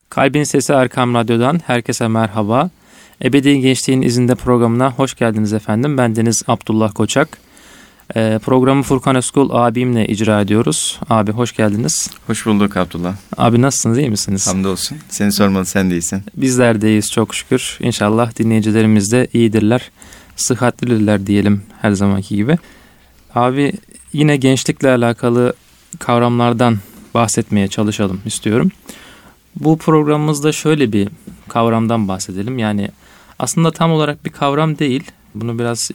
Kalbin Sesi Erkam Radyo'dan herkese merhaba. Ebedi Gençliğin İzinde programına hoş geldiniz efendim. Bendeniz Abdullah Koçak. Programı Furkan Özkul abimle icra ediyoruz. Abi hoş geldiniz. Hoş bulduk Abdullah. Abi nasılsınız, iyi misiniz? Hamdolsun. Seni sormalı, sen de iyisin. Bizler de iyiyiz çok şükür. İnşallah dinleyicilerimiz de iyidirler. Sıhhatlidirler diyelim her zamanki gibi. Abi yine gençlikle alakalı kavramlardan bahsetmeye çalışalım istiyorum. Bu programımızda şöyle bir kavramdan bahsedelim. Yani aslında tam olarak bir kavram değil. Bunu biraz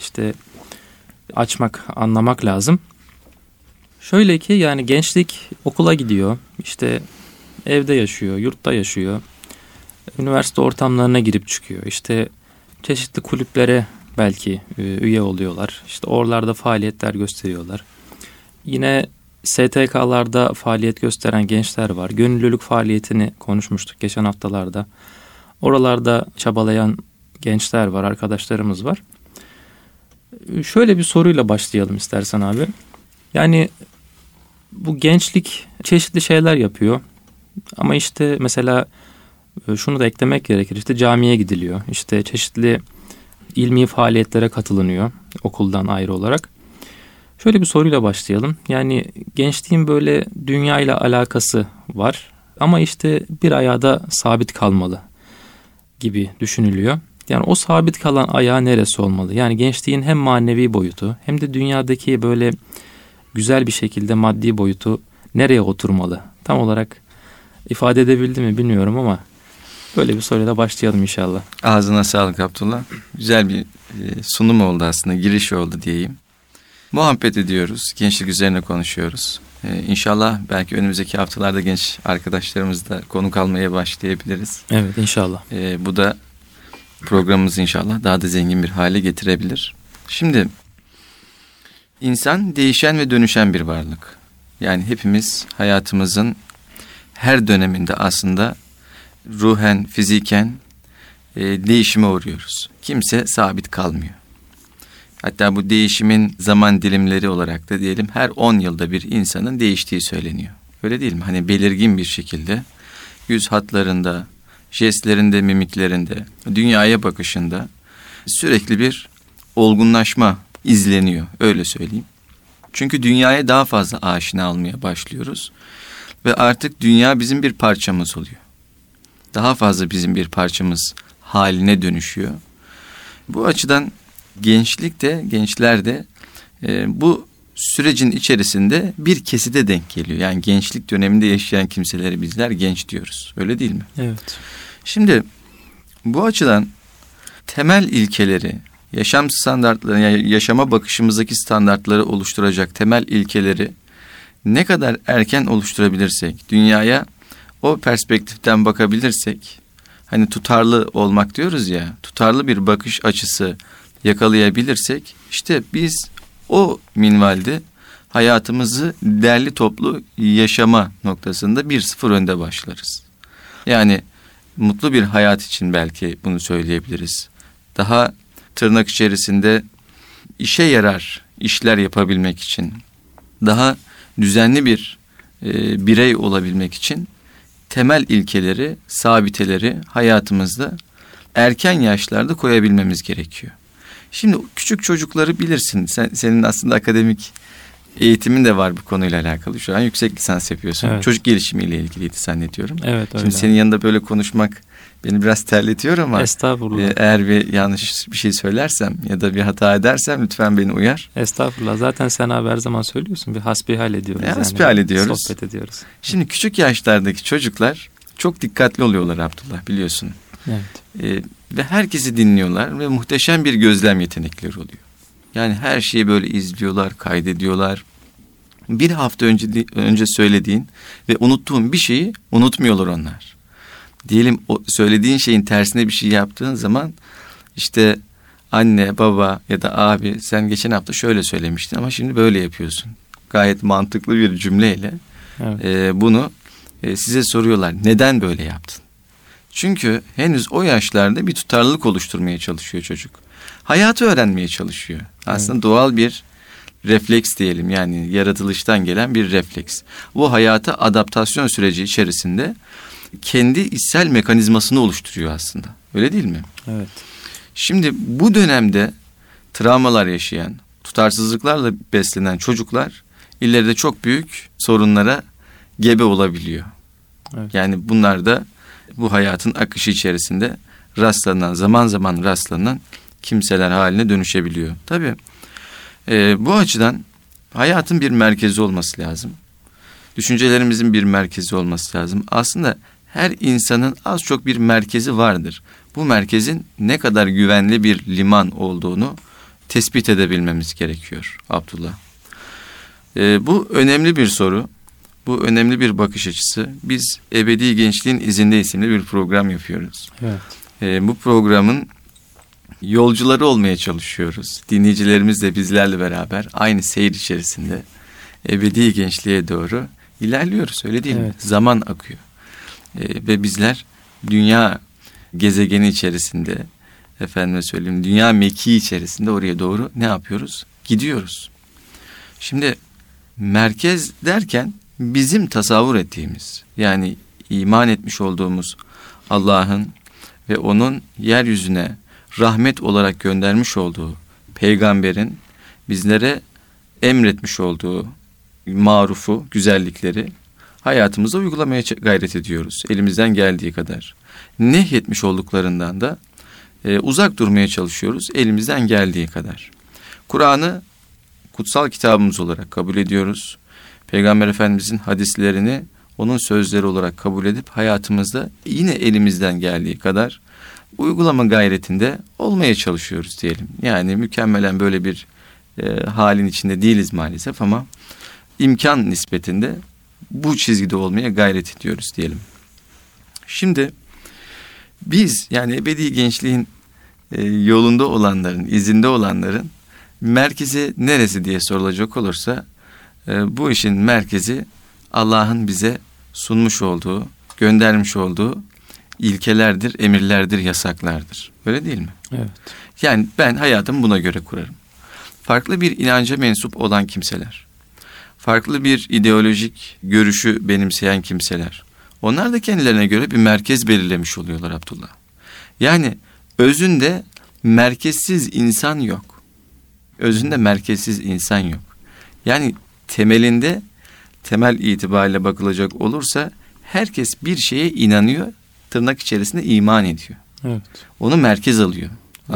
açmak, anlamak lazım. Şöyle ki yani gençlik okula gidiyor, evde yaşıyor, yurtta yaşıyor, üniversite ortamlarına girip çıkıyor. Çeşitli kulüplere belki üye oluyorlar. Oralarda faaliyetler gösteriyorlar. Yine STK'larda faaliyet gösteren gençler var. Gönüllülük faaliyetini konuşmuştuk geçen haftalarda. Oralarda çabalayan gençler var, arkadaşlarımız var. Şöyle bir soruyla başlayalım istersen abi. Yani bu gençlik çeşitli şeyler yapıyor. Ama mesela şunu da eklemek gerekir. Camiye gidiliyor. Çeşitli ilmi faaliyetlere katılınıyor okuldan ayrı olarak. Şöyle bir soruyla başlayalım. Yani gençliğin böyle dünyayla alakası var. Ama bir ayağı da sabit kalmalı gibi düşünülüyor. Yani o sabit kalan ayağı neresi olmalı? Yani gençliğin hem manevi boyutu hem de dünyadaki böyle güzel bir şekilde maddi boyutu nereye oturmalı? Tam olarak ifade edebildim mi bilmiyorum ama böyle bir soruyla başlayalım inşallah. Ağzına sağlık Abdullah. Güzel bir sunum oldu aslında, giriş oldu diyeyim. Muhabbet ediyoruz, gençlik üzerine konuşuyoruz. İnşallah belki önümüzdeki haftalarda genç arkadaşlarımızla konuk almaya başlayabiliriz. Evet inşallah. Bu da programımızı inşallah daha da zengin bir hale getirebilir. Şimdi insan değişen ve dönüşen bir varlık. Yani hepimiz hayatımızın her döneminde aslında ruhen, fiziken değişime uğruyoruz. Kimse sabit kalmıyor. Hatta bu değişimin zaman dilimleri olarak da diyelim her 10 yılda bir insanın değiştiği söyleniyor. Öyle değil mi? Hani belirgin bir şekilde yüz hatlarında, jestlerinde, mimiklerinde, dünyaya bakışında sürekli bir olgunlaşma izleniyor. Öyle söyleyeyim. Çünkü dünyaya daha fazla aşina olmaya başlıyoruz. Ve artık dünya bizim bir parçamız oluyor. Daha fazla bizim bir parçamız haline dönüşüyor. Bu açıdan gençlik de, gençler de bu sürecin içerisinde bir keside denk geliyor. Yani gençlik döneminde yaşayan kimseleri bizler genç diyoruz. Öyle değil mi? Evet. Şimdi bu açıdan temel ilkeleri, yaşam standartları, yani yaşama bakışımızdaki standartları oluşturacak temel ilkeleri ne kadar erken oluşturabilirsek, dünyaya o perspektiften bakabilirsek, hani tutarlı olmak diyoruz ya, tutarlı bir bakış açısı yakalayabilirsek, biz o minvalde hayatımızı derli toplu yaşama noktasında 1-0 önde başlarız. Yani mutlu bir hayat için belki bunu söyleyebiliriz. Daha tırnak içerisinde işe yarar işler yapabilmek için, daha düzenli bir birey olabilmek için temel ilkeleri, sabiteleri hayatımızda erken yaşlarda koyabilmemiz gerekiyor. Şimdi küçük çocukları bilirsin. Senin aslında akademik eğitimin de var bu konuyla alakalı. Şu an yüksek lisans yapıyorsun. Evet. Çocuk gelişimiyle ilgiliydi zannediyorum. Evet öyle. Şimdi senin yanında böyle konuşmak beni biraz terletiyor ama estağfurullah. Eğer bir yanlış bir şey söylersem ya da bir hata edersem lütfen beni uyar. Estağfurullah. Zaten sen abi her zaman söylüyorsun. Bir hasbihal ediyoruz. Hasbihal ediyoruz. Sohbet ediyoruz. Şimdi küçük yaşlardaki çocuklar çok dikkatli oluyorlar Abdullah, biliyorsun. Evet. Ve herkesi dinliyorlar ve muhteşem bir gözlem yetenekleri oluyor. Yani her şeyi böyle izliyorlar, kaydediyorlar. Bir hafta önce söylediğin ve unuttuğun bir şeyi unutmuyorlar onlar. Diyelim o söylediğin şeyin tersine bir şey yaptığın zaman anne, baba ya da abi sen geçen hafta şöyle söylemiştin ama şimdi böyle yapıyorsun. Gayet mantıklı bir cümleyle evet. Bunu size soruyorlar. Neden böyle yaptın? Çünkü henüz o yaşlarda bir tutarlılık oluşturmaya çalışıyor çocuk. Hayatı öğrenmeye çalışıyor. Aslında evet. Doğal bir refleks diyelim, yani yaratılıştan gelen bir refleks. Bu hayata adaptasyon süreci içerisinde kendi içsel mekanizmasını oluşturuyor aslında. Öyle değil mi? Evet. Şimdi bu dönemde travmalar yaşayan, tutarsızlıklarla beslenen çocuklar ileride çok büyük sorunlara gebe olabiliyor. Evet. Yani bunlar da bu hayatın akışı içerisinde zaman zaman rastlanan kimseler haline dönüşebiliyor. Tabii bu açıdan hayatın bir merkezi olması lazım. Düşüncelerimizin bir merkezi olması lazım. Aslında her insanın az çok bir merkezi vardır. Bu merkezin ne kadar güvenli bir liman olduğunu tespit edebilmemiz gerekiyor Abdullah. Bu önemli bir soru. Bu önemli bir bakış açısı. Biz Ebedi Gençliğin İzinde isimli bir program yapıyoruz. Evet. Bu programın yolcuları olmaya çalışıyoruz. Dinleyicilerimiz de bizlerle beraber aynı seyir içerisinde ebedi gençliğe doğru ilerliyoruz. Öyle değil mi? Zaman akıyor. Ve bizler dünya gezegeni içerisinde, efendime söyleyeyim, dünya mekiği içerisinde oraya doğru ne yapıyoruz? Gidiyoruz. Şimdi merkez derken bizim tasavvur ettiğimiz, yani iman etmiş olduğumuz Allah'ın ve onun yeryüzüne rahmet olarak göndermiş olduğu peygamberin bizlere emretmiş olduğu marufu, güzellikleri hayatımıza uygulamaya gayret ediyoruz elimizden geldiği kadar. Nehyetmiş olduklarından da uzak durmaya çalışıyoruz elimizden geldiği kadar. Kur'an'ı kutsal kitabımız olarak kabul ediyoruz. Peygamber Efendimizin hadislerini onun sözleri olarak kabul edip hayatımızda yine elimizden geldiği kadar uygulama gayretinde olmaya çalışıyoruz diyelim. Yani mükemmelen böyle bir halin içinde değiliz maalesef ama imkan nispetinde bu çizgide olmaya gayret ediyoruz diyelim. Şimdi biz yani ebedi gençliğin yolunda olanların, izinde olanların merkezi neresi diye sorulacak olursa bu işin merkezi Allah'ın bize sunmuş olduğu, göndermiş olduğu ilkelerdir, emirlerdir, yasaklardır. Öyle değil mi? Evet. Yani ben hayatımı buna göre kurarım. Farklı bir inanca mensup olan kimseler, farklı bir ideolojik görüşü benimseyen kimseler, onlar da kendilerine göre bir merkez belirlemiş oluyorlar Abdullah. Yani özünde merkezsiz insan yok. Özünde merkezsiz insan yok. Yani temelinde, temel itibariyle bakılacak olursa herkes bir şeye inanıyor, tırnak içerisinde iman ediyor. Evet. Onu merkez alıyor.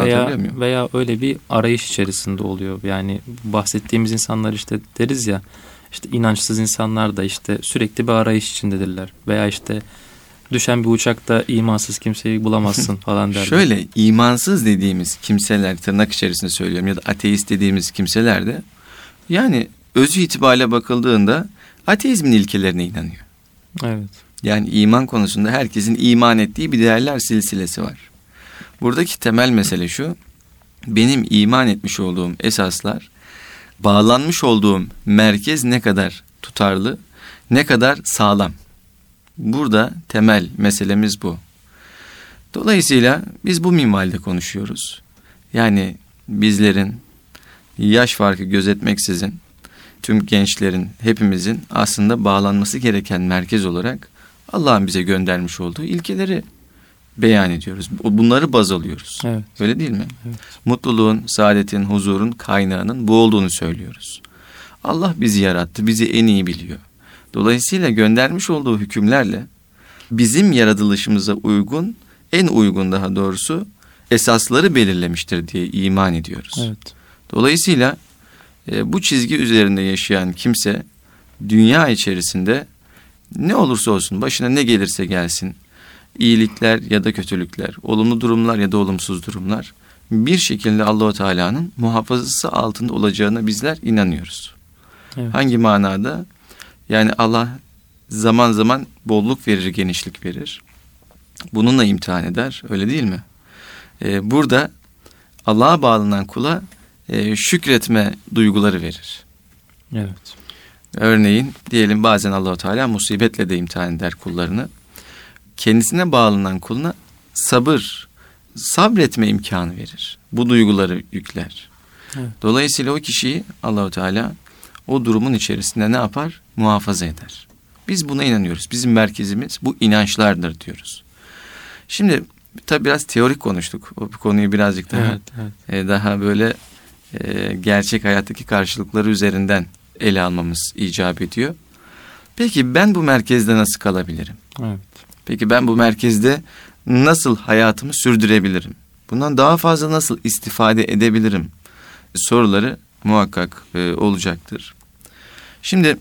Veya öyle bir arayış içerisinde oluyor. Yani bahsettiğimiz insanlar işte deriz ya, işte inançsız insanlar da işte sürekli bir arayış içindedirler. Veya işte düşen bir uçakta imansız kimseyi bulamazsın falan derler. Şöyle imansız dediğimiz kimseler, tırnak içerisinde söylüyorum, ya da ateist dediğimiz kimseler de yani özü itibariyle bakıldığında ateizmin ilkelerine inanıyor. Evet. Yani iman konusunda herkesin iman ettiği bir değerler silsilesi var. Buradaki temel mesele şu: benim iman etmiş olduğum esaslar, bağlanmış olduğum merkez ne kadar tutarlı, ne kadar sağlam. Burada temel meselemiz bu. Dolayısıyla biz bu minvalde konuşuyoruz. Yani bizlerin yaş farkı gözetmeksizin tüm gençlerin, hepimizin aslında bağlanması gereken merkez olarak Allah'ın bize göndermiş olduğu ilkeleri beyan ediyoruz. Bunları baz alıyoruz. Evet. Öyle değil mi? Evet. Mutluluğun, saadetin, huzurun kaynağının bu olduğunu söylüyoruz. Allah bizi yarattı, bizi en iyi biliyor. Dolayısıyla göndermiş olduğu hükümlerle bizim yaratılışımıza uygun, en uygun daha doğrusu esasları belirlemiştir diye iman ediyoruz. Evet. Dolayısıyla bu çizgi üzerinde yaşayan kimse dünya içerisinde ne olursa olsun, başına ne gelirse gelsin, iyilikler ya da kötülükler, olumlu durumlar ya da olumsuz durumlar, bir şekilde Allah-u Teala'nın muhafazası altında olacağına bizler inanıyoruz. Evet. Hangi manada? Yani Allah zaman zaman bolluk verir, genişlik verir. Bununla imtihan eder, öyle değil mi? Burada Allah'a bağlanan kula şükretme duyguları verir. Evet. Örneğin diyelim bazen Allah-u Teala musibetle de imtihan eder kullarını. Kendisine bağlanan kuluna sabretme imkanı verir. Bu duyguları yükler. Evet. Dolayısıyla o kişiyi Allah-u Teala o durumun içerisinde ne yapar? Muhafaza eder. Biz buna inanıyoruz. Bizim merkezimiz bu inançlardır diyoruz. Şimdi tabii biraz teorik konuştuk. O konuyu birazcık daha daha böyle gerçek hayattaki karşılıkları üzerinden ele almamız icap ediyor. Peki ben bu merkezde nasıl kalabilirim? Evet. Peki ben bu merkezde nasıl hayatımı sürdürebilirim? Bundan daha fazla nasıl istifade edebilirim? Soruları muhakkak olacaktır. Şimdi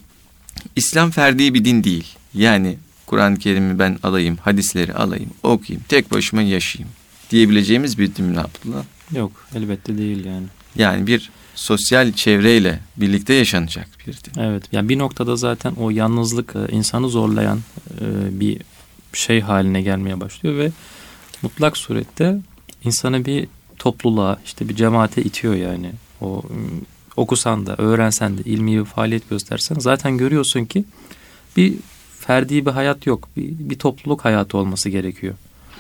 İslam ferdi bir din değil. Yani Kur'an-ı Kerim'i ben alayım, hadisleri alayım, okuyayım, tek başıma yaşayayım diyebileceğimiz bir din mi Abdullah? Yok, elbette değil yani. Yani bir sosyal çevreyle birlikte yaşanacak bir din. Evet, yani bir noktada zaten o yalnızlık insanı zorlayan bir şey haline gelmeye başlıyor ve mutlak surette insanı bir topluluğa, işte bir cemaate itiyor yani. O okusan da, öğrensen de, ilmi bir faaliyet göstersen zaten görüyorsun ki bir ferdi bir hayat yok. Bir topluluk hayatı olması gerekiyor.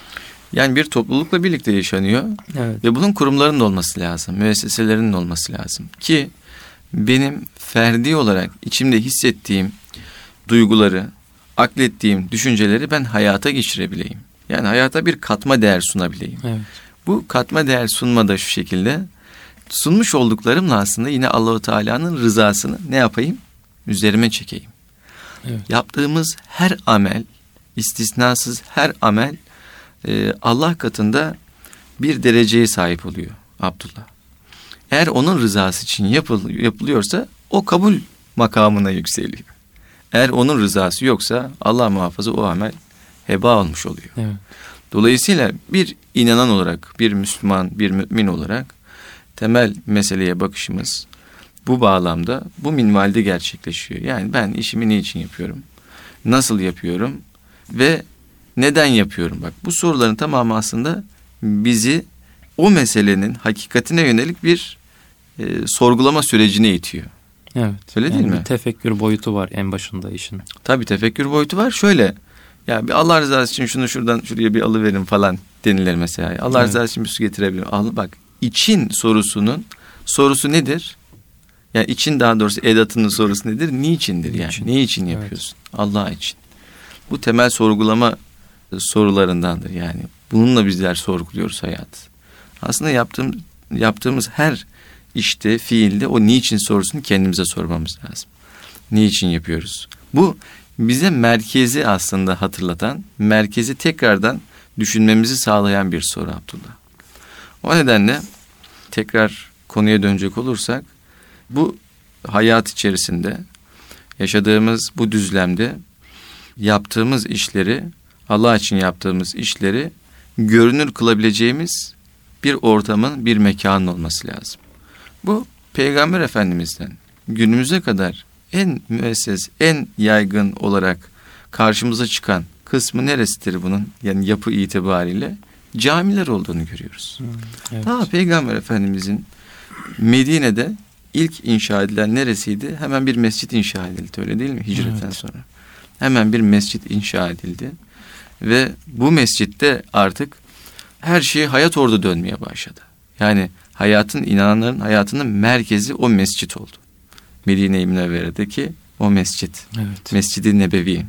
Yani bir toplulukla birlikte yaşanıyor. Evet. Ve bunun kurumlarının olması lazım, müesseselerinin olması lazım ki benim ferdi olarak içimde hissettiğim duyguları, aklettiğim düşünceleri ben hayata geçirebileyim. Yani hayata bir katma değer sunabileyim. Evet. Bu katma değer sunma da şu şekilde, sunmuş olduklarımla aslında yine Allah-u Teala'nın rızasını ne yapayım? Üzerime çekeyim. Evet. Yaptığımız her amel, istisnasız her amel Allah katında bir dereceye sahip oluyor Abdullah. Eğer onun rızası için yapılıyorsa o kabul makamına yükseliyor. Eğer onun rızası yoksa Allah muhafaza o amel heba olmuş oluyor. Evet. Dolayısıyla bir inanan olarak, bir Müslüman, bir mümin olarak temel meseleye bakışımız bu bağlamda, bu minvalde gerçekleşiyor. Yani ben işimi niçin yapıyorum? Nasıl yapıyorum? Ve neden yapıyorum? Bak bu soruların tamamı aslında bizi o meselenin hakikatine yönelik bir sorgulama sürecine itiyor. Evet. Öyle değil mi? Bir tefekkür boyutu var en başında işin. Tabii tefekkür boyutu var. Şöyle, ya bir Allah rızası için şunu şuradan şuraya bir alıverin falan denilir mesela. Allah rızası için bir su getirebilirim. Bak için sorusunun sorusu nedir? Yani için daha doğrusu edatının sorusu nedir? Niçindir yani? Niçin? Ne için yapıyorsun? Evet. Allah için. Bu temel sorgulama sorularındandır yani. Bununla bizler sorguluyoruz hayatı. Aslında yaptığımız her işte, fiilde o niçin sorusunu kendimize sormamız lazım. Niçin yapıyoruz? Bu bize merkezi aslında hatırlatan, merkezi tekrardan düşünmemizi sağlayan bir soru Abdullah. O nedenle tekrar konuya dönecek olursak, bu hayat içerisinde yaşadığımız bu düzlemde yaptığımız işleri, Allah için yaptığımız işleri görünür kılabileceğimiz bir ortamın, bir mekanın olması lazım. Bu Peygamber Efendimiz'den günümüze kadar en müesses, en yaygın olarak karşımıza çıkan kısmı neresidir bunun? Yani yapı itibariyle camiler olduğunu görüyoruz. Evet. Ta Peygamber Efendimiz'in Medine'de ilk inşa edilen neresiydi? Hemen bir mescit inşa edildi, öyle değil mi? Hicretten sonra. Hemen bir mescit inşa edildi. Ve bu mescitte artık her şey, hayat orada dönmeye başladı. Yani inananların hayatının merkezi o mescit oldu. Medine-i Münevvere'deki o mescit. Evet. Mescid-i Nebevi.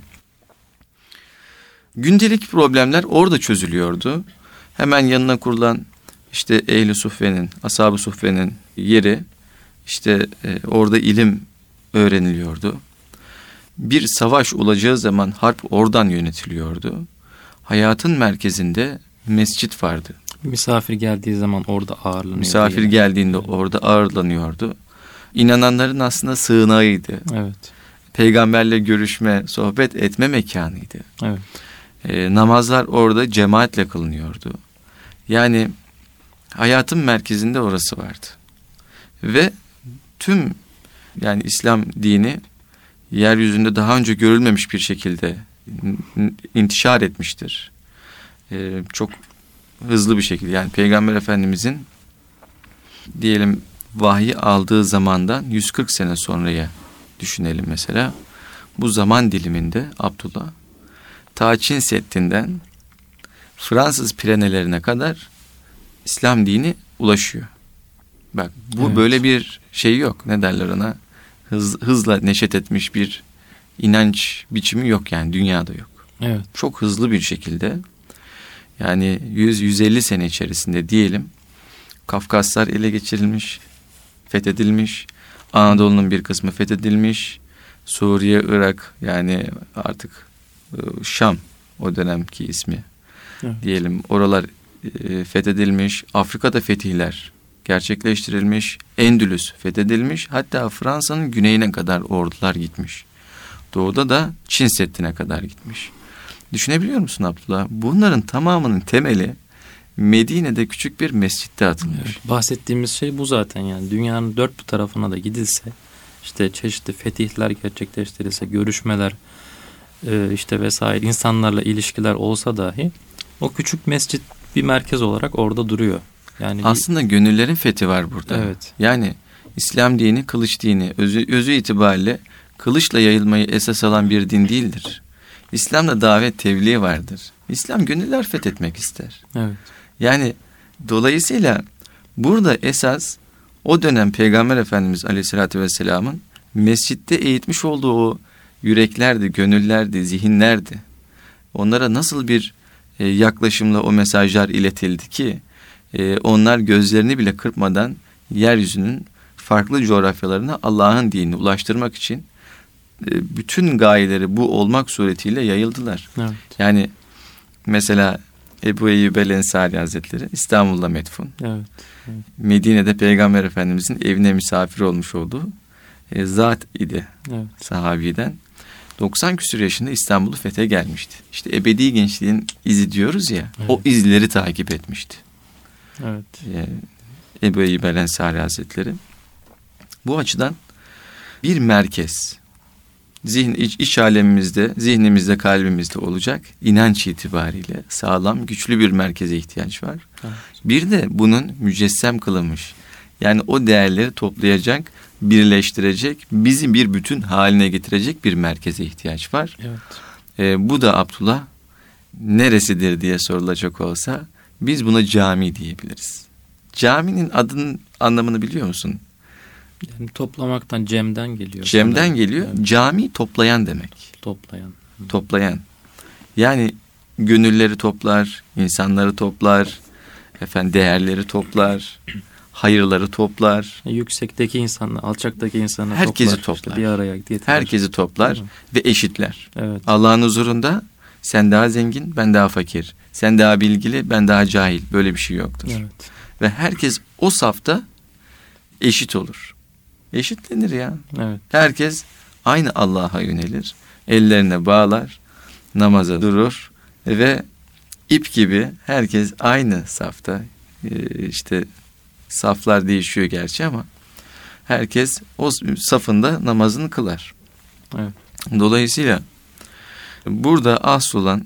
Gündelik problemler orada çözülüyordu. Hemen yanına kurulan işte Ehl-i Suffe'nin, Ashab-ı Suffe'nin yeri, işte orada ilim öğreniliyordu. Bir savaş olacağı zaman harp oradan yönetiliyordu. Hayatın merkezinde mescit vardı. Misafir geldiği zaman orada ağırlanıyordu. Misafir geldiğinde orada ağırlanıyordu. İnananların aslında sığınağıydı. Evet. Peygamberle görüşme, sohbet etme mekanıydı. Evet. Namazlar orada cemaatle kılınıyordu. Yani hayatın merkezinde orası vardı. Ve tüm yani İslam dini yeryüzünde daha önce görülmemiş bir şekilde intişar etmiştir. Çok hızlı bir şekilde, yani Peygamber Efendimizin diyelim vahyi aldığı zamandan 140 sene sonraya düşünelim mesela. Bu zaman diliminde Abdullah ta Çin Seddi'nden Fransız Pirenelerine kadar İslam dini ulaşıyor. Bak bu böyle bir şey yok. Ne derler ona? Hızla neşet etmiş bir inanç biçimi yok yani, dünyada yok. Evet. Çok hızlı bir şekilde, yani 100-150 sene içerisinde diyelim, Kafkaslar ele geçirilmiş, fethedilmiş, Anadolu'nun bir kısmı fethedilmiş, Suriye, Irak, yani artık Şam o dönemki ismi, evet, diyelim, oralar fethedilmiş, Afrika'da fetihler gerçekleştirilmiş, Endülüs fethedilmiş, hatta Fransa'nın güneyine kadar ordular gitmiş. Doğuda da Çin Seddi'ne kadar gitmiş. Düşünebiliyor musun Abdullah? Bunların tamamının temeli Medine'de küçük bir mescitte atılmış. Evet, bahsettiğimiz şey bu zaten yani. Dünyanın dört bir tarafına da gidilse, işte çeşitli fetihler gerçekleştirilse, görüşmeler işte vesaire, insanlarla ilişkiler olsa dahi o küçük mescit bir merkez olarak orada duruyor. Yani aslında gönüllerin fethi var burada. Evet. Yani İslam dini kılıç dini, özü itibariyle kılıçla yayılmayı esas alan bir din değildir. İslam'da davet, tebliğ vardır. İslam gönüller fethetmek ister. Evet. Yani dolayısıyla burada esas o dönem Peygamber Efendimiz Aleyhisselatü Vesselam'ın mescitte eğitmiş olduğu o yüreklerdi, gönüllerdi, zihinlerdi. Onlara nasıl bir yaklaşımla o mesajlar iletildi ki onlar gözlerini bile kırpmadan yeryüzünün farklı coğrafyalarına Allah'ın dinini ulaştırmak için bütün gayeleri bu olmak suretiyle yayıldılar. Evet. Yani mesela Ebu Eyyub el-Ensari Hazretleri İstanbul'da metfun. Evet. Evet. Medine'de Peygamber Efendimizin evine misafir olmuş olduğu zat idi, evet, sahabiden. 90 küsur yaşında İstanbul'u fethe gelmişti. İşte ebedi gençliğin izi diyoruz ya, evet, o izleri takip etmişti. Evet. Ebu Eyyub el-Ensari Hazretleri. Bu açıdan bir merkez, iç alemimizde, zihnimizde, kalbimizde olacak inanç itibariyle sağlam, güçlü bir merkeze ihtiyaç var. Evet. Bir de bunun mücessem kılınmış, yani o değerleri toplayacak, birleştirecek, bizi bir bütün haline getirecek bir merkeze ihtiyaç var. Evet. Bu da Abdullah neresidir diye sorulacak olsa biz buna cami diyebiliriz. Caminin adının anlamını biliyor musun? Yani toplamaktan, cemden geliyor. Cemden sanırım geliyor. Evet. Cami toplayan demek. Toplayan. Toplayan. Yani gönülleri toplar, insanları toplar, değerleri toplar, hayırları toplar. Yüksekteki insanla, alçaktaki insanı herkesi toplar. İşte bir araya getirir. Herkesi toplar ve eşitler. Evet. Allah'ın huzurunda sen daha zengin, ben daha fakir. Sen daha bilgili, ben daha cahil. Böyle bir şey yoktur. Evet. Ve herkes o safta eşit olur. Eşitlenir ya. Evet. Herkes aynı Allah'a yönelir. Ellerine bağlar, namaza durur ve ip gibi herkes aynı safta. İşte saflar değişiyor gerçi ama herkes o safında namazını kılar. Evet. Dolayısıyla burada asıl olan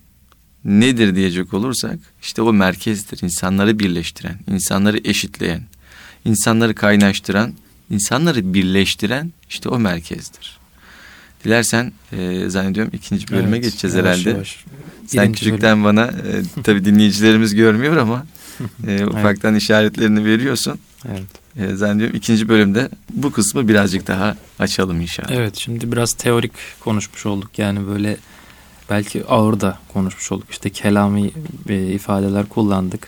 nedir diyecek olursak işte o merkezdir. İnsanları birleştiren, insanları eşitleyen, insanları kaynaştıran, insanları birleştiren işte o merkezdir. Dilersen zannediyorum ikinci bölüme geçeceğiz yavaş herhalde. Yavaş. Sen küçükten bana tabii dinleyicilerimiz görmüyor ama ufaktan evet, işaretlerini veriyorsun. Evet. Zannediyorum ikinci bölümde bu kısmı birazcık daha açalım inşallah. Evet, şimdi biraz teorik konuşmuş olduk. Yani böyle belki ağır da konuşmuş olduk. İşte kelami ifadeler kullandık.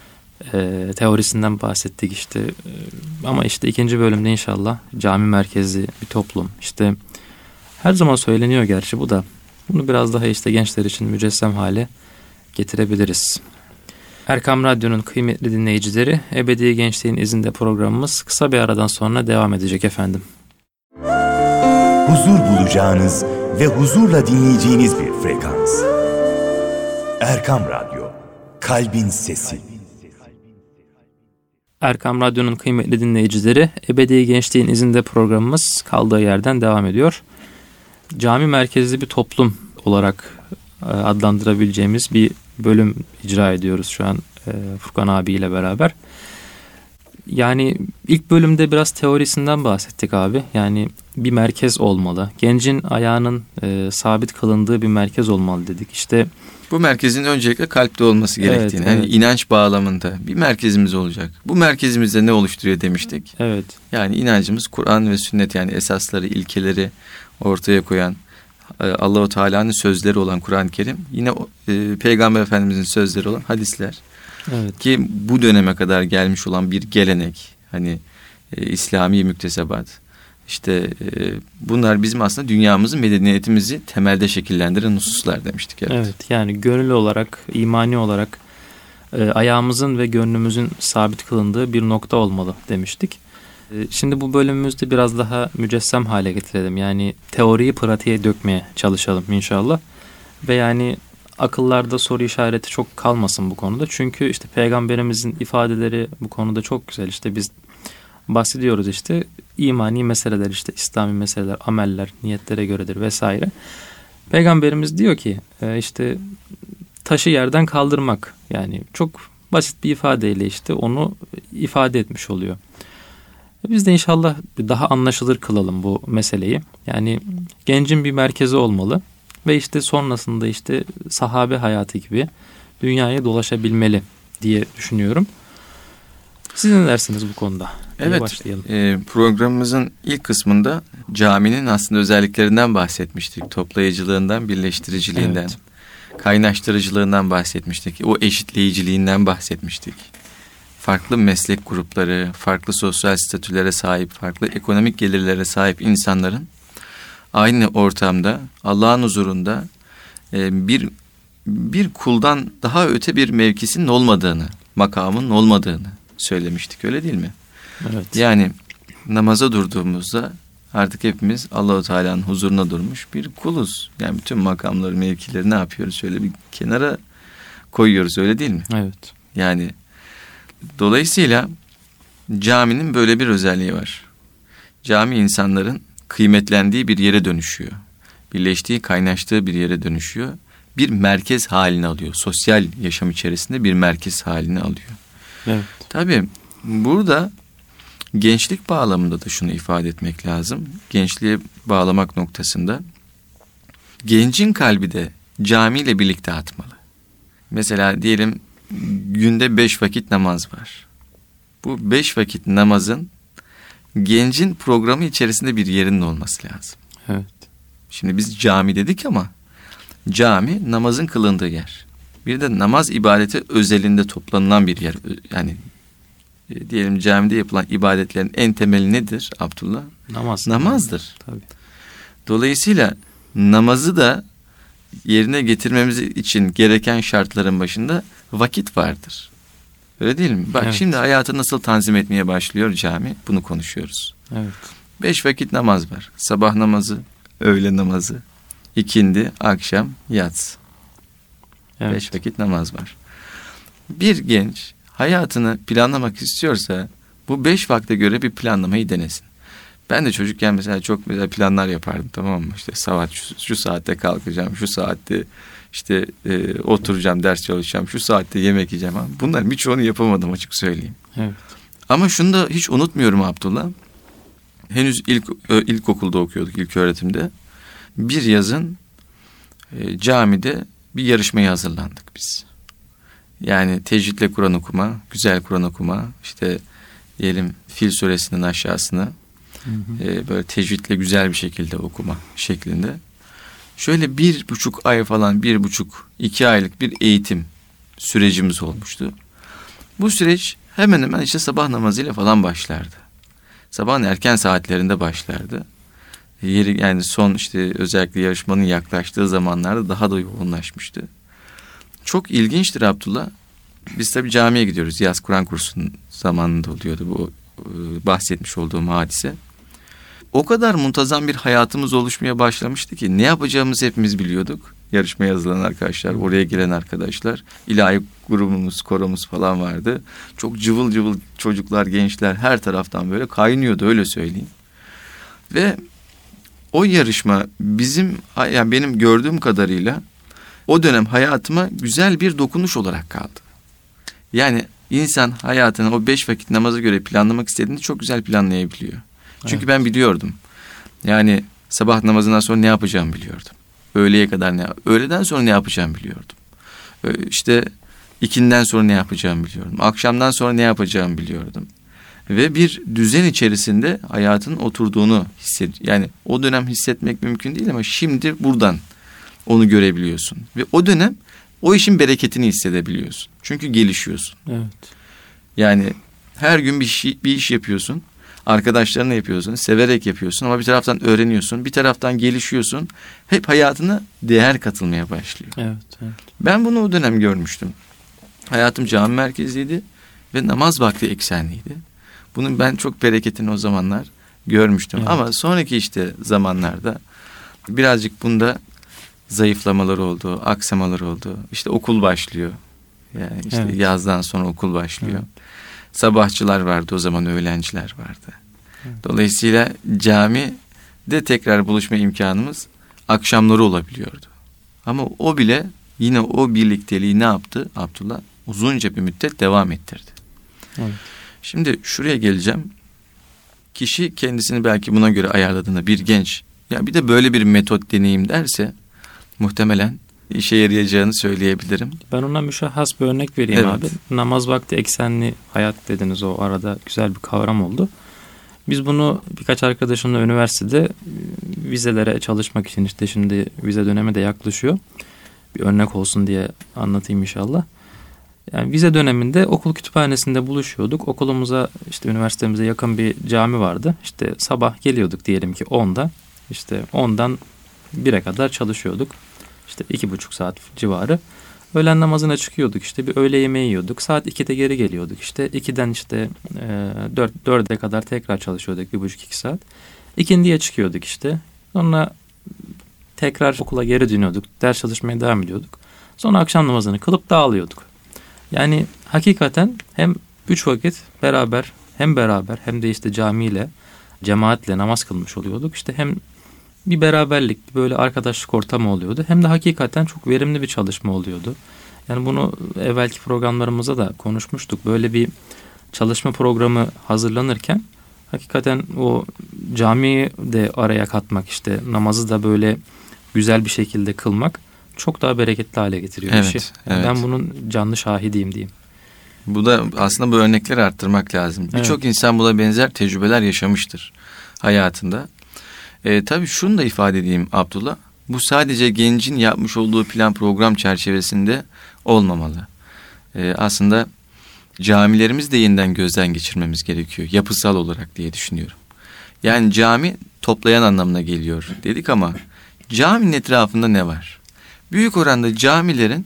Teorisinden bahsettik işte. Ama işte ikinci bölümde inşallah cami merkezli bir toplum. İşte her zaman söyleniyor gerçi bu da. Bunu biraz daha işte gençler için mücessem hale getirebiliriz. Erkam Radyo'nun kıymetli dinleyicileri, Ebedi Gençliğin izinde programımız kısa bir aradan sonra devam edecek efendim. Huzur bulacağınız ve huzurla dinleyeceğiniz bir frekans. Erkam Radyo, Kalbin Sesi. Erkam Radyo'nun kıymetli dinleyicileri, Ebedi Gençliğin izinde programımız kaldığı yerden devam ediyor. Cami merkezli bir toplum olarak adlandırabileceğimiz bir bölüm icra ediyoruz şu an Furkan abiyle beraber. Yani ilk bölümde biraz teorisinden bahsettik abi. Yani bir merkez olmalı. Gencin ayağının sabit kılındığı bir merkez olmalı dedik. İşte bu merkezin öncelikle kalpte olması gerektiğini. Evet, yani evet, inanç bağlamında bir merkezimiz olacak. Bu merkezimizde ne oluşturuyor demiştik. Evet. Yani inancımız Kur'an ve sünnet, yani esasları, ilkeleri ortaya koyan, Allah-u Teala'nın sözleri olan Kur'an-ı Kerim, yine Peygamber Efendimizin sözleri olan hadisler. Evet. Ki bu döneme kadar gelmiş olan bir gelenek, hani İslami müktesebat, işte bunlar bizim aslında dünyamızı, medeniyetimizi temelde şekillendiren hususlar demiştik. Evet, yani gönül olarak, imani olarak ayağımızın ve gönlümüzün sabit kılındığı bir nokta olmalı demiştik. Şimdi bu bölümümüzde biraz daha mücessem hale getirelim. Yani teoriyi pratiğe dökmeye çalışalım inşallah. Ve yani akıllarda soru işareti çok kalmasın bu konuda. Çünkü işte Peygamberimizin ifadeleri bu konuda çok güzel. İşte biz bahsediyoruz işte imani meseleler, işte İslami meseleler, ameller, niyetlere göredir vesaire. Peygamberimiz diyor ki işte taşı yerden kaldırmak, yani çok basit bir ifadeyle işte onu ifade etmiş oluyor. Biz de inşallah daha anlaşılır kılalım bu meseleyi. Yani gencin bir merkezi olmalı ve işte sonrasında işte sahabe hayatı gibi dünyaya dolaşabilmeli diye düşünüyorum. Siz ne dersiniz bu konuda? Evet, başlayalım. Programımızın ilk kısmında caminin aslında özelliklerinden bahsetmiştik. Toplayıcılığından, birleştiriciliğinden, Evet. kaynaştırıcılığından bahsetmiştik. O eşitleyiciliğinden bahsetmiştik. Farklı meslek grupları, farklı sosyal statülere sahip, farklı ekonomik gelirlere sahip insanların aynı ortamda, Allah'ın huzurunda bir kuldan daha öte bir mevkisinin olmadığını, makamının olmadığını söylemiştik, öyle değil mi? Evet. Yani namaza durduğumuzda artık hepimiz Allah-u Teala'nın huzuruna durmuş bir kuluz. Yani bütün makamları, mevkileri ne yapıyoruz? Şöyle bir kenara koyuyoruz, öyle değil mi? Evet. Yani dolayısıyla caminin böyle bir özelliği var. Cami insanların kıymetlendiği bir yere dönüşüyor. Birleştiği, kaynaştığı bir yere dönüşüyor. Bir merkez halini alıyor. Sosyal yaşam içerisinde bir merkez halini alıyor. Evet. Tabii burada gençlik bağlamında da şunu ifade etmek lazım. Gençliğe bağlamak noktasında gencin kalbi de camiyle birlikte atmalı. Mesela diyelim günde 5 vakit namaz var. Bu 5 vakit namazın gencin programı içerisinde bir yerinin olması lazım. Evet. Şimdi biz cami dedik ama cami namazın kılındığı yer. Bir de namaz ibadeti özelinde toplanılan bir yer. Yani diyelim camide yapılan ibadetlerin en temeli nedir Abdullah? Namaz. Namazdır. Tabii. Dolayısıyla namazı da yerine getirmemiz için gereken şartların başında vakit vardır. Öyle değil mi? Bak, evet. Şimdi hayatı nasıl tanzim etmeye başlıyor cami? Bunu konuşuyoruz. Evet. 5 vakit namaz var. Sabah namazı, öğle namazı, ikindi, akşam, yatsı. Evet. 5 vakit namaz var. Bir genç hayatını planlamak istiyorsa bu 5 vakte göre bir planlamayı denesin. Ben de çocukken mesela çok planlar yapardım, tamam mı? İşte sabah şu saatte kalkacağım, şu saatte işte oturacağım, ders çalışacağım, şu saatte yemek yiyeceğim. Bunların birçoğunu yapamadım, açık söyleyeyim. Evet. Ama şunu da hiç unutmuyorum Abdullah. Henüz ilkokulda okuyorduk, ilk öğretimde. Bir yazın camide bir yarışmaya hazırlandık biz. Yani tecvidle Kur'an okuma, güzel Kur'an okuma, işte diyelim Fil suresinin aşağısını böyle tecvidle güzel bir şekilde okuma şeklinde. Şöyle 1,5 ay falan, 1,5-2 aylık bir eğitim sürecimiz olmuştu. Bu süreç hemen hemen işte sabah namazıyla falan başlardı. Sabahın erken saatlerinde başlardı. Yani son işte özellikle yarışmanın yaklaştığı zamanlarda daha da yoğunlaşmıştı. Çok ilginçtir Abdullah. Biz tabii camiye gidiyoruz. Yaz Kur'an kursunun zamanında oluyordu bu bahsetmiş olduğum hadise. O kadar muntazam bir hayatımız oluşmaya başlamıştı ki ne yapacağımızı hepimiz biliyorduk. Yarışmaya yazılan arkadaşlar, oraya giren arkadaşlar, ilahi grubumuz, koromuz falan vardı. Çok cıvıl cıvıl çocuklar, gençler her taraftan böyle kaynıyordu, öyle söyleyeyim. Ve o yarışma yani benim gördüğüm kadarıyla o dönem hayatıma güzel bir dokunuş olarak kaldı. Yani insan hayatını o 5 vakit namaza göre planlamak istediğinde çok güzel planlayabiliyor. Çünkü evet, ben biliyordum. Yani sabah namazından sonra ne yapacağımı biliyordum. Öğleye kadar öğleden sonra ne yapacağımı biliyordum. İşte ikinden sonra ne yapacağımı biliyordum. Akşamdan sonra ne yapacağımı biliyordum. Ve bir düzen içerisinde hayatın oturduğunu yani o dönem hissetmek mümkün değil ama şimdi buradan onu görebiliyorsun. Ve o dönem o işin bereketini hissedebiliyorsun. Çünkü gelişiyorsun. Evet. Yani her gün bir iş yapıyorsun. Arkadaşlarınla yapıyorsun. Severek yapıyorsun ama bir taraftan öğreniyorsun. Bir taraftan gelişiyorsun. Hep hayatına değer katılmaya başlıyor. Evet. Ben bunu o dönem görmüştüm. Hayatım cami merkeziydi ve namaz vakti eksenliydi. Bunun ben çok bereketini o zamanlar görmüştüm. Evet. Ama sonraki işte zamanlarda birazcık bunda zayıflamalar oldu, aksamalar oldu. İşte okul başlıyor. Yani işte yazdan sonra okul başlıyor. Evet. Sabahçılar vardı o zaman, öğlenciler vardı. Evet. Dolayısıyla camide tekrar buluşma imkanımız akşamları olabiliyordu. Ama o bile yine o birlikteliği ne yaptı Abdullah? Uzunca bir müddet devam ettirdi. Evet. Şimdi şuraya geleceğim. Kişi kendisini belki buna göre ayarladığında bir genç, ya bir de böyle bir metot deneyim derse muhtemelen işe yarayacağını söyleyebilirim. Ben ona müşahhas bir örnek vereyim evet. abi. Namaz vakti eksenli hayat dediniz, o arada güzel bir kavram oldu. Biz bunu birkaç arkadaşımla üniversitede vizelere çalışmak için, işte şimdi vize dönemi de yaklaşıyor. Bir örnek olsun diye anlatayım inşallah. Yani vize döneminde okul kütüphanesinde buluşuyorduk. Okulumuza, işte üniversitemize yakın bir cami vardı. İşte sabah geliyorduk diyelim ki 10'da. İşte 10'dan 1'e kadar çalışıyorduk. İşte 2,5 saat civarı. Öğlen namazına çıkıyorduk, işte bir öğle yemeği yiyorduk. Saat 2'de geri geliyorduk. İşte 2'den işte 4'e kadar tekrar çalışıyorduk, 1,5-2 saat. İkindiye çıkıyorduk işte. Sonra tekrar okula geri dönüyorduk. Ders çalışmaya devam ediyorduk. Sonra akşam namazını kılıp dağılıyorduk. Yani hakikaten hem 3 vakit beraber hem de işte camiyle, cemaatle namaz kılmış oluyorduk. İşte hem bir beraberlik, böyle arkadaşlık ortamı oluyordu. Hem de hakikaten çok verimli bir çalışma oluyordu. Yani bunu evvelki programlarımızda da konuşmuştuk. Böyle bir çalışma programı hazırlanırken hakikaten o camiyi de araya katmak, işte namazı da böyle güzel bir şekilde kılmak çok daha bereketli hale getiriyor işi. Yani ben bunun canlı şahidiyim diyeyim. Bu da aslında bu örnekleri arttırmak lazım. Birçok insan buna benzer tecrübeler yaşamıştır hayatında. Tabii şunu da ifade edeyim Abdullah. Bu sadece gencin yapmış olduğu plan program çerçevesinde olmamalı. Aslında camilerimiz de yeniden gözden geçirmemiz gerekiyor. Yapısal olarak diye düşünüyorum. Yani cami toplayan anlamına geliyor dedik ama caminin etrafında ne var? Büyük oranda camilerin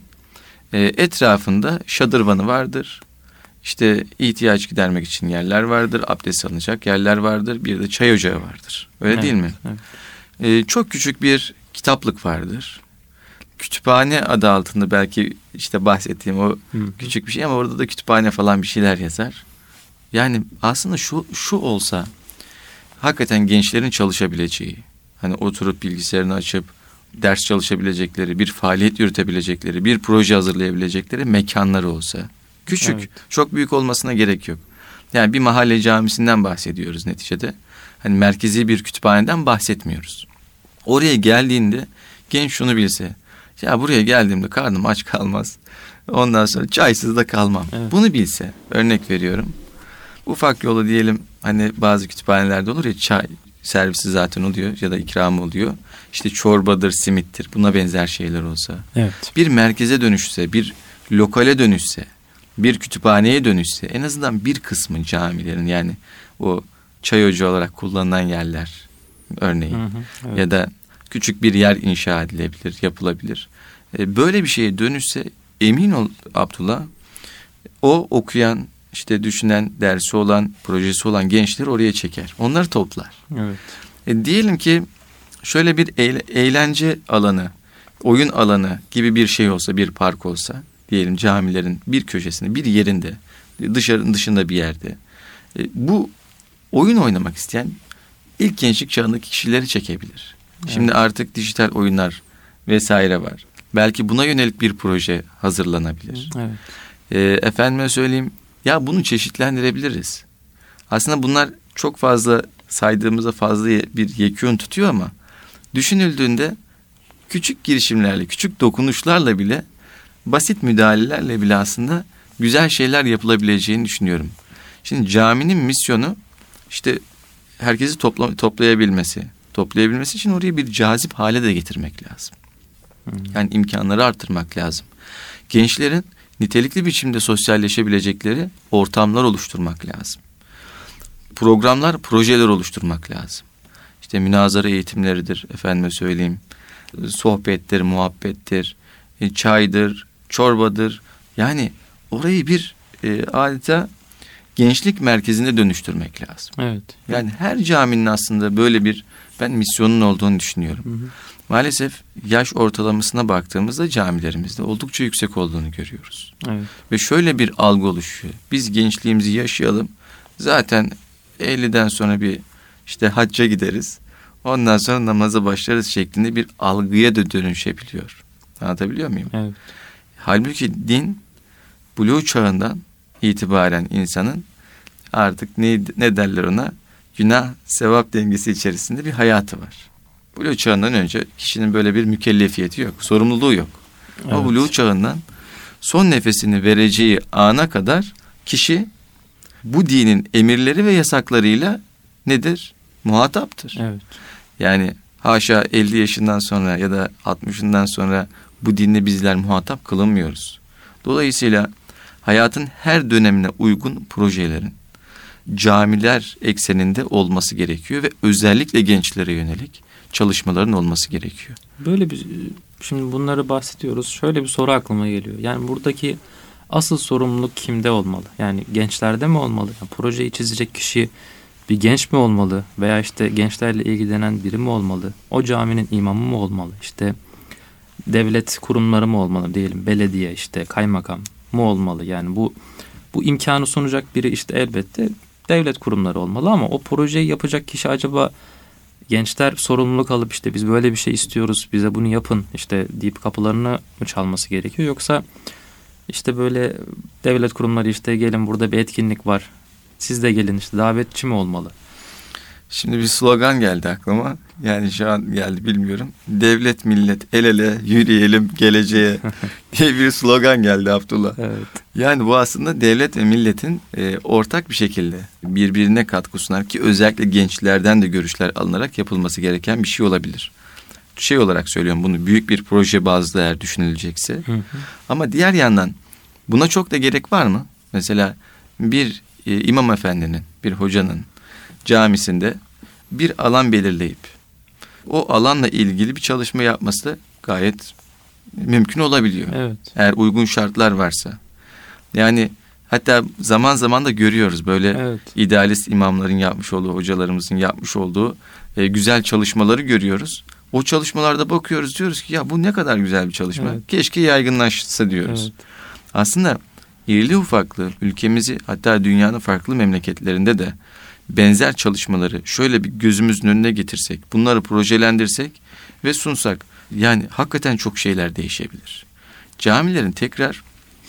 etrafında şadırvanı vardır. İşte ihtiyaç gidermek için yerler vardır. Abdest alınacak yerler vardır. Bir de çay ocağı vardır. Öyle değil mi? Evet. Çok küçük bir kitaplık vardır. Kütüphane adı altında belki işte bahsettiğim o küçük bir şey ama orada da kütüphane falan bir şeyler yazar. Yani aslında şu olsa hakikaten gençlerin çalışabileceği, hani oturup bilgisayarını açıp ders çalışabilecekleri, bir faaliyet yürütebilecekleri, bir proje hazırlayabilecekleri mekanları olsa. Küçük, çok büyük olmasına gerek yok. Yani bir mahalle camisinden bahsediyoruz neticede. Hani merkezi bir kütüphaneden bahsetmiyoruz. Oraya geldiğinde genç şunu bilse, ya buraya geldiğimde karnım aç kalmaz. Ondan sonra çaysız da kalmam. Evet. Bunu bilse, örnek veriyorum. Ufak yolu diyelim, hani bazı kütüphanelerde olur ya, çay servisi zaten oluyor ya da ikramı oluyor. İşte çorbadır, simittir, buna benzer şeyler olsa. Evet. Bir merkeze dönüşse, bir lokale dönüşse, bir kütüphaneye dönüşse, en azından bir kısmı camilerin, yani o çay ocağı olarak kullanılan yerler örneğin evet. Ya da küçük bir yer inşa edilebilir, yapılabilir. Böyle bir şeye dönüşse emin ol Abdullah, o okuyan, işte düşünen, dersi olan, projesi olan gençleri oraya çeker. Onları toplar. Evet. Diyelim ki şöyle bir eğlence alanı, oyun alanı gibi bir şey olsa, bir park olsa, diyelim camilerin bir köşesinde, bir yerinde, dışında bir yerde. Bu oyun oynamak isteyen ilk gençlik çağındaki kişileri çekebilir. Evet. Şimdi artık dijital oyunlar vesaire var. Belki buna yönelik bir proje hazırlanabilir. Evet. Efendime söyleyeyim, ya bunu çeşitlendirebiliriz. Aslında bunlar çok fazla saydığımızda fazla bir yekün tutuyor ama düşünüldüğünde küçük girişimlerle, küçük dokunuşlarla bile, basit müdahalelerle bile aslında güzel şeyler yapılabileceğini düşünüyorum. Şimdi caminin misyonu işte herkesi toplayabilmesi. Toplayabilmesi için orayı bir cazip hale de getirmek lazım. Yani imkanları artırmak lazım. Gençlerin nitelikli biçimde sosyalleşebilecekleri ortamlar oluşturmak lazım. Programlar, projeler oluşturmak lazım. İşte münazara eğitimleridir, efendime söyleyeyim, sohbettir, muhabbettir, çaydır, çorbadır. Yani orayı bir adeta gençlik merkezine dönüştürmek lazım. Evet. Yani her caminin aslında böyle bir ben misyonun olduğunu düşünüyorum. Hı hı. Maalesef yaş ortalamasına baktığımızda camilerimizde oldukça yüksek olduğunu görüyoruz. Evet. Ve şöyle bir algı oluşuyor. Biz gençliğimizi yaşayalım. Zaten 50'den sonra bir işte hacca gideriz. Ondan sonra namaza başlarız şeklinde bir algıya da dönüşebiliyor. Anlatabiliyor muyum? Evet. Halbuki din buluğ çağından itibaren insanın artık ne derler ona? Günah sevap dengesi içerisinde bir hayatı var. Buluğ çağından önce kişinin böyle bir mükellefiyeti yok, sorumluluğu yok. Evet. Ama buluğ çağından son nefesini vereceği ana kadar kişi bu dinin emirleri ve yasaklarıyla nedir? Muhataptır. Evet. Yani haşa 50 yaşından sonra ya da 60'ından sonra bu dinle bizler muhatap kılınmıyoruz. Dolayısıyla hayatın her dönemine uygun projelerin camiler ekseninde olması gerekiyor ve özellikle gençlere yönelik çalışmaların olması gerekiyor. Böyle bir, şimdi bunları bahsediyoruz. Şöyle bir soru aklıma geliyor. Yani buradaki asıl sorumluluk kimde olmalı? Yani gençlerde mi olmalı? Yani projeyi çizecek kişi bir genç mi olmalı? Veya işte gençlerle ilgilenen biri mi olmalı? O caminin imamı mı olmalı? İşte devlet kurumları mı olmalı? Diyelim belediye, işte kaymakam mı olmalı? Yani bu imkanı sunacak biri işte elbette devlet kurumları olmalı ama o projeyi yapacak kişi acaba gençler sorumluluk alıp işte biz böyle bir şey istiyoruz, bize bunu yapın işte deyip kapılarını mı çalması gerekiyor, yoksa işte böyle devlet kurumları işte gelin burada bir etkinlik var, siz de gelin işte davetçi mi olmalı? Şimdi bir slogan geldi aklıma. Yani şu an geldi bilmiyorum. Devlet millet el ele yürüyelim geleceğe diye bir slogan geldi Abdullah. Evet. Yani bu aslında devlet ve milletin ortak bir şekilde birbirine katkı sunar ki özellikle gençlerden de görüşler alınarak yapılması gereken bir şey olabilir. Şey olarak söylüyorum bunu, büyük bir proje bazlı eğer düşünülecekse. Hı hı. Ama diğer yandan buna çok da gerek var mı? Mesela bir imam efendinin, bir hocanın camisinde bir alan belirleyip o alanla ilgili bir çalışma yapması da gayet mümkün olabiliyor. Evet. Eğer uygun şartlar varsa. Yani hatta zaman zaman da görüyoruz böyle evet, idealist imamların yapmış olduğu, hocalarımızın yapmış olduğu güzel çalışmaları görüyoruz. O çalışmalarda bakıyoruz, diyoruz ki ya bu ne kadar güzel bir çalışma. Evet. Keşke yaygınlaşsa diyoruz. Evet. Aslında irili ufaklı ülkemizi, hatta dünyanın farklı memleketlerinde de benzer çalışmaları şöyle bir gözümüzün önüne getirsek, bunları projelendirsek ve sunsak, yani hakikaten çok şeyler değişebilir. Camilerin tekrar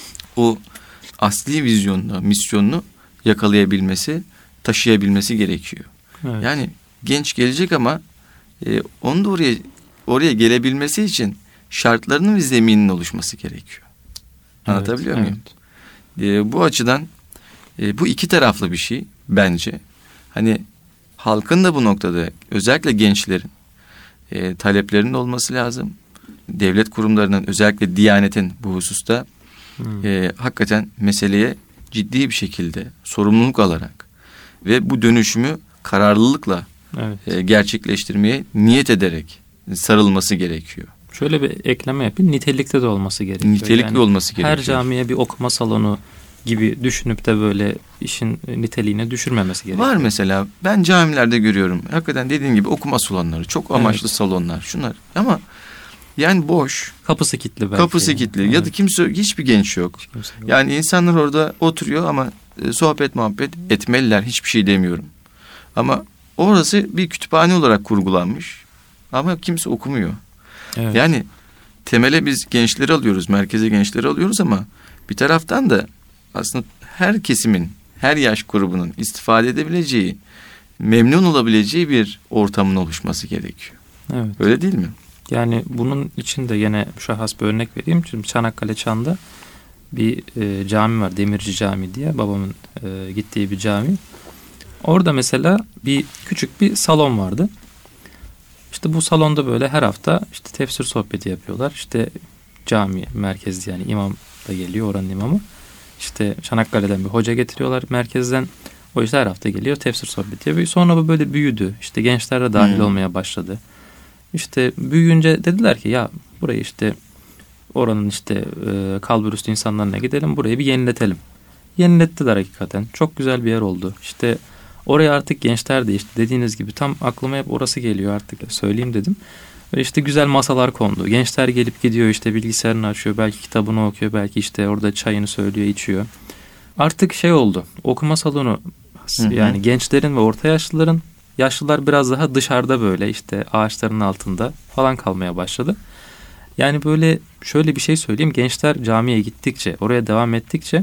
o asli vizyonunu, misyonunu yakalayabilmesi, taşıyabilmesi gerekiyor. Evet. Yani genç gelecek ama onun da oraya gelebilmesi için şartlarının ve zemininin oluşması gerekiyor. Anlatabiliyor muyum? Evet. Bu açıdan bu iki taraflı bir şey bence. Hani halkın da bu noktada özellikle gençlerin taleplerinin olması lazım. Devlet kurumlarının, özellikle Diyanet'in bu hususta hakikaten meseleye ciddi bir şekilde sorumluluk alarak ve bu dönüşümü kararlılıkla gerçekleştirmeye niyet ederek sarılması gerekiyor. Şöyle bir ekleme yapayım. Nitelikte de olması gerekiyor. Nitelikli yani olması gerekiyor. Her camiye bir okuma salonu gibi düşünüp de böyle işin niteliğine düşürmemesi gerekiyor. Var mesela, ben camilerde görüyorum. Hakikaten dediğin gibi okuma salonları, çok amaçlı salonlar, şunlar. Ama yani boş. Kapısı kilitli belki. Kapısı kilitli. Evet. Ya da hiçbir genç yok. Yani insanlar orada oturuyor ama sohbet muhabbet etmeliler. Hiçbir şey demiyorum. Ama orası bir kütüphane olarak kurgulanmış. Ama kimse okumuyor. Evet. Yani temele biz gençleri alıyoruz, merkeze gençleri alıyoruz ama bir taraftan da aslında her kesimin, her yaş grubunun istifade edebileceği, memnun olabileceği bir ortamın oluşması gerekiyor. Evet. Öyle değil mi? Yani bunun için de yine müşahhas bir örnek vereyim. Şimdi Çanakkale Çan'da bir cami var, Demirci Camii diye, babamın gittiği bir cami. Orada mesela küçük bir salon vardı. İşte bu salonda böyle her hafta işte tefsir sohbeti yapıyorlar. İşte cami merkezli, yani imam da geliyor, oranın imamı. İşte Çanakkale'den bir hoca getiriyorlar merkezden. O işte her hafta geliyor, tefsir sohbeti yapıyor. Sonra bu böyle büyüdü. İşte gençler de dahil olmaya başladı. İşte büyüyünce dediler ki ya burayı işte oranın işte kalburüstü insanlarına gidelim, burayı bir yeniletelim. Yenilettiler hakikaten. Çok güzel bir yer oldu. İşte oraya artık gençler de işte dediğiniz gibi, tam aklıma hep orası geliyor, artık söyleyeyim dedim. Ve işte güzel masalar kondu. Gençler gelip gidiyor, işte bilgisayarını açıyor, belki kitabını okuyor, belki işte orada çayını söylüyor, içiyor. Artık şey oldu, okuma salonu, yani gençlerin ve orta yaşlıların, yaşlılar biraz daha dışarıda böyle işte ağaçların altında falan kalmaya başladı. Yani böyle şöyle bir şey söyleyeyim, gençler camiye gittikçe, oraya devam ettikçe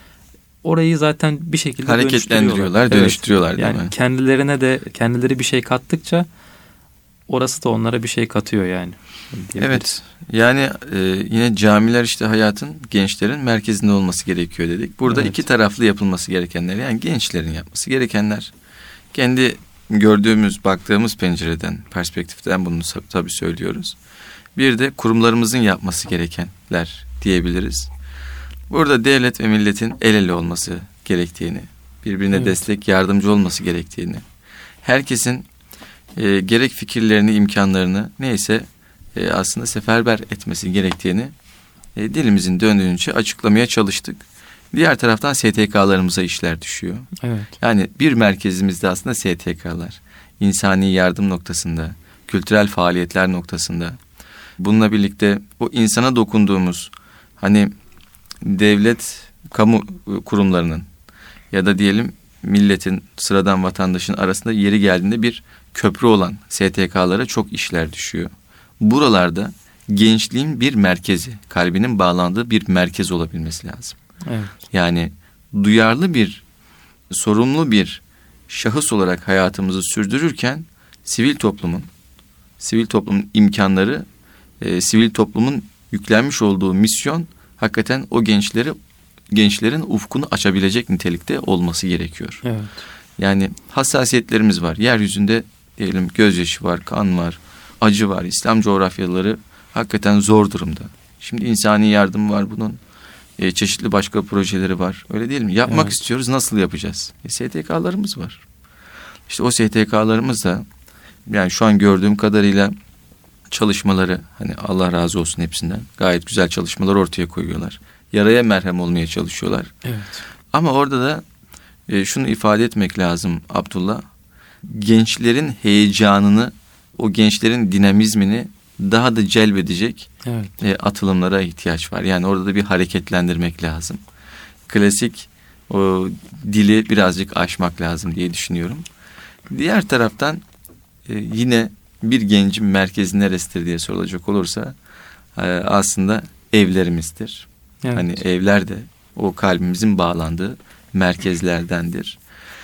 orayı zaten bir şekilde hareketlendiriyorlar, dönüştürüyorlar değil yani mi? Kendileri bir şey kattıkça orası da onlara bir şey katıyor yani. Evet, yani yine camiler işte hayatın, gençlerin merkezinde olması gerekiyor dedik. Burada iki taraflı yapılması gerekenler, yani gençlerin yapması gerekenler. Kendi gördüğümüz, baktığımız pencereden, perspektiften bunu tabii söylüyoruz. Bir de kurumlarımızın yapması gerekenler diyebiliriz. Burada devlet ve milletin el ele olması gerektiğini, birbirine destek, yardımcı olması gerektiğini, herkesin gerek fikirlerini, imkanlarını neyse aslında seferber etmesi gerektiğini dilimizin döndüğünce açıklamaya çalıştık. Diğer taraftan STK'larımıza işler düşüyor. Evet. Yani bir merkezimizde aslında STK'lar, insani yardım noktasında, kültürel faaliyetler noktasında. Bununla birlikte o insana dokunduğumuz, hani devlet, kamu kurumlarının ya da diyelim milletin, sıradan vatandaşın arasında yeri geldiğinde bir köprü olan STK'lara çok işler düşüyor. Buralarda gençliğin bir merkezi, kalbinin bağlandığı bir merkez olabilmesi lazım. Evet. Yani duyarlı bir, sorumlu bir şahıs olarak hayatımızı sürdürürken sivil toplumun imkanları, sivil toplumun yüklenmiş olduğu misyon hakikaten o gençlerin ufkunu açabilecek nitelikte olması gerekiyor. Evet. Yani hassasiyetlerimiz var. Yeryüzünde diyelim gözyaşı var, kan var, acı var. İslam coğrafyaları hakikaten zor durumda. Şimdi insani yardım var bunun. Çeşitli başka projeleri var. Öyle değil mi? Yapmak istiyoruz. Nasıl yapacağız? STK'larımız var. İşte o STK'larımız da yani şu an gördüğüm kadarıyla çalışmaları, hani Allah razı olsun hepsinden, gayet güzel çalışmalar ortaya koyuyorlar. Yaraya merhem olmaya çalışıyorlar. Evet. Ama orada da şunu ifade etmek lazım Abdullah. Gençlerin heyecanını, o gençlerin dinamizmini daha da celbedecek atılımlara ihtiyaç var. Yani orada da bir hareketlendirmek lazım. Klasik o dili birazcık aşmak lazım diye düşünüyorum. Diğer taraftan yine bir gencin merkezi neresidir diye sorulacak olursa aslında evlerimizdir. Evet. Hani evler de o kalbimizin bağlandığı merkezlerdendir.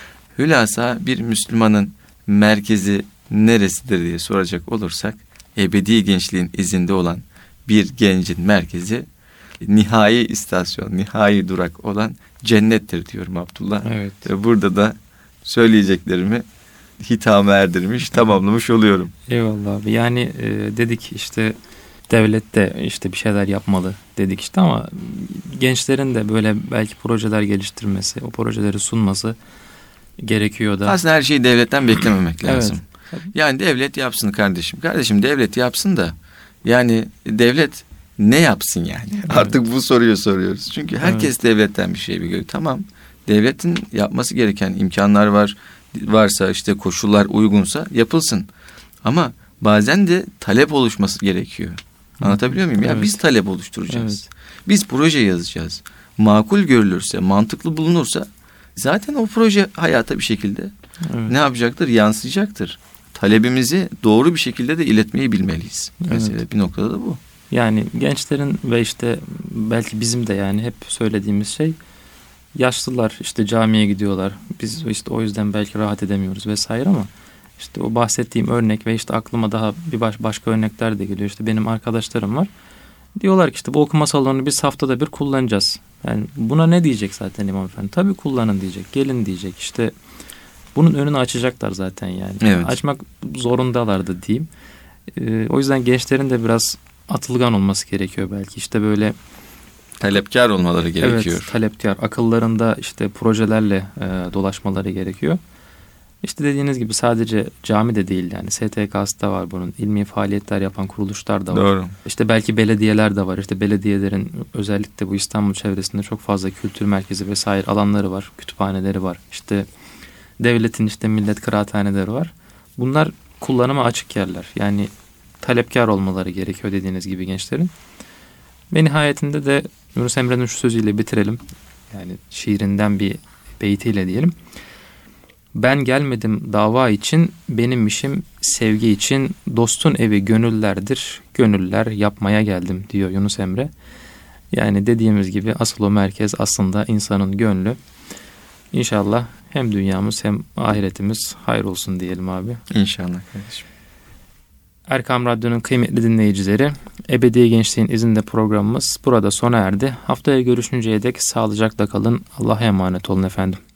Hülasa bir Müslümanın merkezi neresidir diye soracak olursak, ebedi gençliğin izinde olan bir gencin merkezi nihai istasyon, nihai durak olan cennettir diyorum Abdullah. Evet. Burada da söyleyeceklerimi hitama erdirmiş, tamamlamış oluyorum. Eyvallah abi. Yani dedik işte devlet de işte bir şeyler yapmalı dedik işte, ama gençlerin de böyle belki projeler geliştirmesi, o projeleri sunması gerekiyor da. Aslında her şeyi devletten beklememek lazım. Evet. Yani devlet yapsın kardeşim. Kardeşim devlet yapsın da yani devlet ne yapsın yani? Evet. Artık bu soruyu soruyoruz. Çünkü herkes devletten bir şey biliyor. Tamam. Devletin yapması gereken imkanlar varsa, işte koşullar uygunsa yapılsın. Ama bazen de talep oluşması gerekiyor. Anlatabiliyor muyum? Ya biz talep oluşturacağız. Evet. Biz proje yazacağız. Makul görülürse, mantıklı bulunursa zaten o proje hayata bir şekilde ne yapacaktır? Yansıyacaktır. Talebimizi doğru bir şekilde de iletmeyi bilmeliyiz. Mesela bir noktada da bu. Yani gençlerin ve işte belki bizim de yani hep söylediğimiz şey, yaşlılar işte camiye gidiyorlar. Biz işte o yüzden belki rahat edemiyoruz vesaire, ama işte o bahsettiğim örnek ve işte aklıma daha bir başka örnekler de geliyor. İşte benim arkadaşlarım var. Diyorlar ki işte bu okuma salonunu biz haftada bir kullanacağız. Yani buna ne diyecek zaten İmam Efendi? Tabii kullanın diyecek, gelin diyecek. İşte bunun önünü açacaklar zaten yani. Evet. Açmak zorundalardı diyeyim. O yüzden gençlerin de biraz atılgan olması gerekiyor belki. İşte böyle talepkar olmaları gerekiyor. Evet, talepkar. Akıllarında işte projelerle dolaşmaları gerekiyor. İşte dediğiniz gibi sadece cami de değil yani. STK'sı da var bunun. İlmi faaliyetler yapan kuruluşlar da var. Doğru. İşte belki belediyeler de var. İşte belediyelerin özellikle bu İstanbul çevresinde çok fazla kültür merkezi vesaire alanları var. Kütüphaneleri var. İşte devletin işte millet kıraathaneleri var. Bunlar kullanıma açık yerler. Yani talepkar olmaları gerekiyor dediğiniz gibi gençlerin. Ve nihayetinde de Yunus Emre'nin şu sözüyle bitirelim. Yani şiirinden bir beytiyle diyelim. Ben gelmedim dava için, benim işim sevgi için, dostun evi gönüllerdir, gönüller yapmaya geldim diyor Yunus Emre. Yani dediğimiz gibi asıl o merkez aslında insanın gönlü. İnşallah hem dünyamız hem ahiretimiz hayır olsun diyelim abi. İnşallah kardeşim. Erkam Radyo'nun kıymetli dinleyicileri, Ebedi Gençliğin izinde programımız burada sona erdi. Haftaya görüşünceye dek sağlıcakla kalın. Allah'a emanet olun efendim.